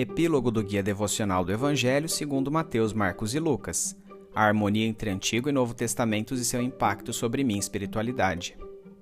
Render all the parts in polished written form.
Epílogo do Guia Devocional do Evangelho segundo Mateus, Marcos e Lucas. A harmonia entre Antigo e Novo Testamentos e seu impacto sobre minha espiritualidade.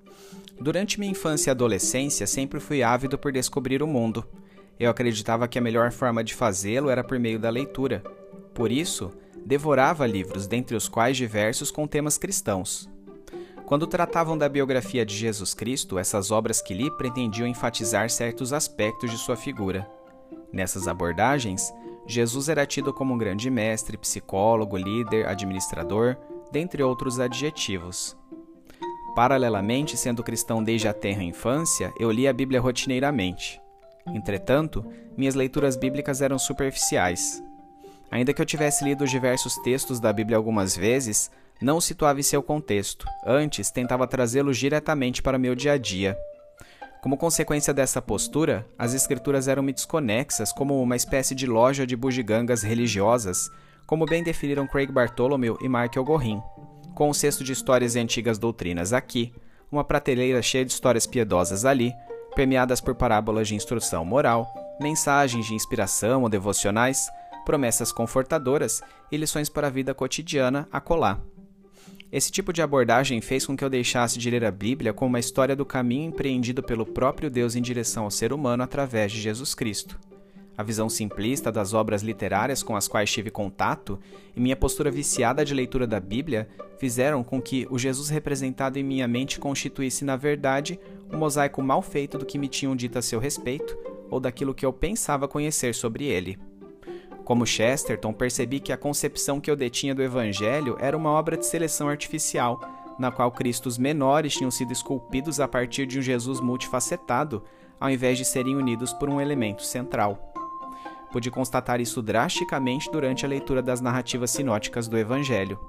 Durante minha infância e adolescência, sempre fui ávido por descobrir o mundo. Eu acreditava que a melhor forma de fazê-lo era por meio da leitura. Por isso, devorava livros, dentre os quais diversos com temas cristãos. Quando tratavam da biografia de Jesus Cristo, essas obras que li pretendiam enfatizar certos aspectos de sua figura. Nessas abordagens, Jesus era tido como um grande mestre, psicólogo, líder, administrador, dentre outros adjetivos. Paralelamente, sendo cristão desde a tenra infância, eu li a Bíblia rotineiramente. Entretanto, minhas leituras bíblicas eram superficiais. Ainda que eu tivesse lido os diversos textos da Bíblia algumas vezes, não os situava em seu contexto. Antes, tentava trazê-los diretamente para meu dia a dia. Como consequência dessa postura, as escrituras eram-me desconexas, como uma espécie de loja de bugigangas religiosas, como bem definiram Craig Bartholomew e Michael Gorin, com um cesto de histórias e antigas doutrinas aqui, uma prateleira cheia de histórias piedosas ali, permeadas por parábolas de instrução moral, mensagens de inspiração ou devocionais, promessas confortadoras e lições para a vida cotidiana acolá. Esse tipo de abordagem fez com que eu deixasse de ler a Bíblia como uma história do caminho empreendido pelo próprio Deus em direção ao ser humano através de Jesus Cristo. A visão simplista das obras literárias com as quais tive contato e minha postura viciada de leitura da Bíblia fizeram com que o Jesus representado em minha mente constituísse, na verdade, um mosaico mal feito do que me tinham dito a seu respeito ou daquilo que eu pensava conhecer sobre ele. Como Chesterton, percebi que a concepção que eu detinha do Evangelho era uma obra de seleção artificial, na qual Cristos menores tinham sido esculpidos a partir de um Jesus multifacetado, ao invés de serem unidos por um elemento central. Pude constatar isso drasticamente durante a leitura das narrativas sinóticas do Evangelho.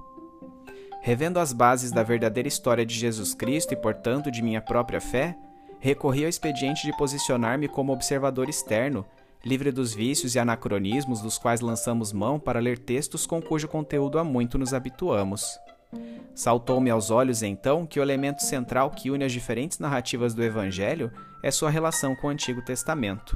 Revendo as bases da verdadeira história de Jesus Cristo e, portanto, de minha própria fé, recorri ao expediente de posicionar-me como observador externo, livre dos vícios e anacronismos dos quais lançamos mão para ler textos com cujo conteúdo há muito nos habituamos. Saltou-me aos olhos, então, que o elemento central que une as diferentes narrativas do Evangelho é sua relação com o Antigo Testamento.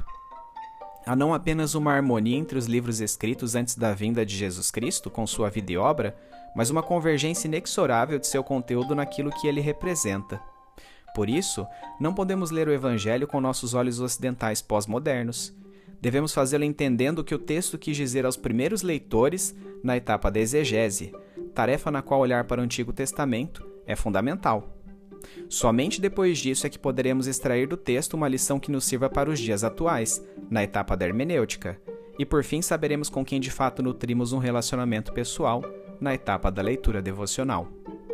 Há não apenas uma harmonia entre os livros escritos antes da vinda de Jesus Cristo, com sua vida e obra, mas uma convergência inexorável de seu conteúdo naquilo que ele representa. Por isso, não podemos ler o Evangelho com nossos olhos ocidentais pós-modernos. Devemos fazê-lo entendendo o que o texto quis dizer aos primeiros leitores na etapa da exegese, tarefa na qual olhar para o Antigo Testamento é fundamental. Somente depois disso é que poderemos extrair do texto uma lição que nos sirva para os dias atuais, na etapa da hermenêutica, e por fim saberemos com quem de fato nutrimos um relacionamento pessoal, na etapa da leitura devocional.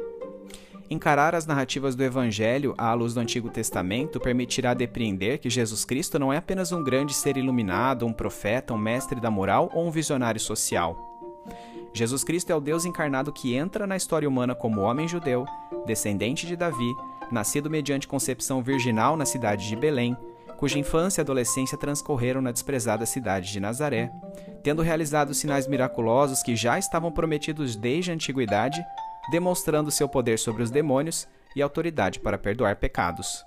Encarar as narrativas do Evangelho à luz do Antigo Testamento permitirá depreender que Jesus Cristo não é apenas um grande ser iluminado, um profeta, um mestre da moral ou um visionário social. Jesus Cristo é o Deus encarnado que entra na história humana como homem judeu, descendente de Davi, nascido mediante concepção virginal na cidade de Belém, cuja infância e adolescência transcorreram na desprezada cidade de Nazaré, tendo realizado sinais miraculosos que já estavam prometidos desde a antiguidade, demonstrando seu poder sobre os demônios e autoridade para perdoar pecados.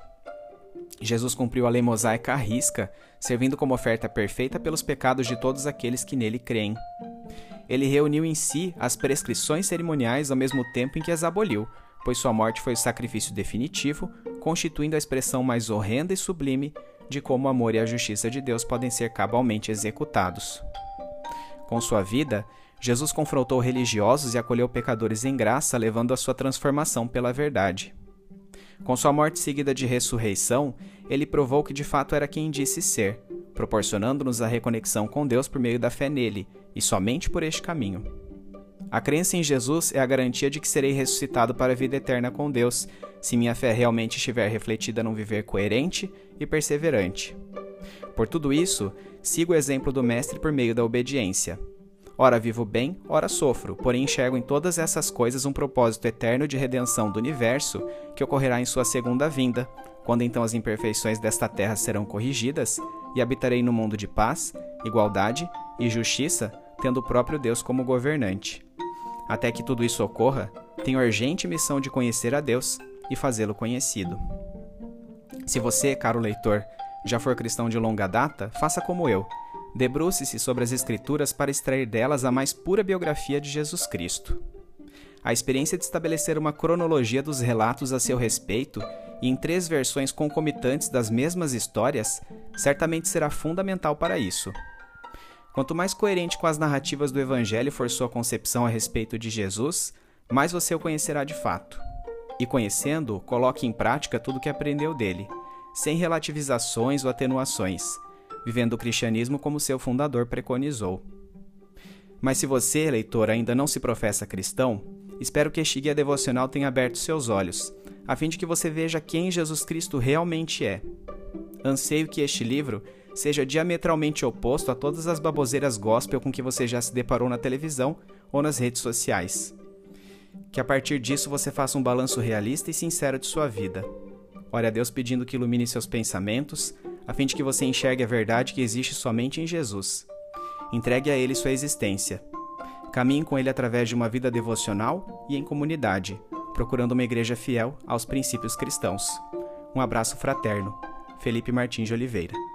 Jesus cumpriu a lei mosaica à risca, servindo como oferta perfeita pelos pecados de todos aqueles que nele creem. Ele reuniu em si as prescrições cerimoniais ao mesmo tempo em que as aboliu, pois sua morte foi o sacrifício definitivo, constituindo a expressão mais horrenda e sublime de como o amor e a justiça de Deus podem ser cabalmente executados. Com sua vida, Jesus confrontou religiosos e acolheu pecadores em graça, levando a sua transformação pela verdade. Com sua morte seguida de ressurreição, ele provou que de fato era quem disse ser, proporcionando-nos a reconexão com Deus por meio da fé nele, e somente por este caminho. A crença em Jesus é a garantia de que serei ressuscitado para a vida eterna com Deus, se minha fé realmente estiver refletida num viver coerente e perseverante. Por tudo isso, sigo o exemplo do Mestre por meio da obediência. Ora vivo bem, ora sofro, porém enxergo em todas essas coisas um propósito eterno de redenção do universo que ocorrerá em sua segunda vinda, quando então as imperfeições desta terra serão corrigidas e habitarei no mundo de paz, igualdade e justiça, tendo o próprio Deus como governante. Até que tudo isso ocorra, tenho a urgente missão de conhecer a Deus e fazê-lo conhecido. Se você, caro leitor, já for cristão de longa data, faça como eu. Debruce-se sobre as Escrituras para extrair delas a mais pura biografia de Jesus Cristo. A experiência de estabelecer uma cronologia dos relatos a seu respeito e em 3 versões concomitantes das mesmas histórias certamente será fundamental para isso. Quanto mais coerente com as narrativas do Evangelho for sua concepção a respeito de Jesus, mais você o conhecerá de fato. E conhecendo-o, coloque em prática tudo o que aprendeu dele, sem relativizações ou atenuações, vivendo o cristianismo como seu fundador preconizou. Mas se você, leitor, ainda não se professa cristão, espero que este guia devocional tenha aberto seus olhos, a fim de que você veja quem Jesus Cristo realmente é. Anseio que este livro seja diametralmente oposto a todas as baboseiras gospel com que você já se deparou na televisão ou nas redes sociais. Que a partir disso você faça um balanço realista e sincero de sua vida. Ore a Deus pedindo que ilumine seus pensamentos, a fim de que você enxergue a verdade que existe somente em Jesus. Entregue a Ele sua existência. Caminhe com Ele através de uma vida devocional e em comunidade, procurando uma igreja fiel aos princípios cristãos. Um abraço fraterno. Felipe Martins de Oliveira.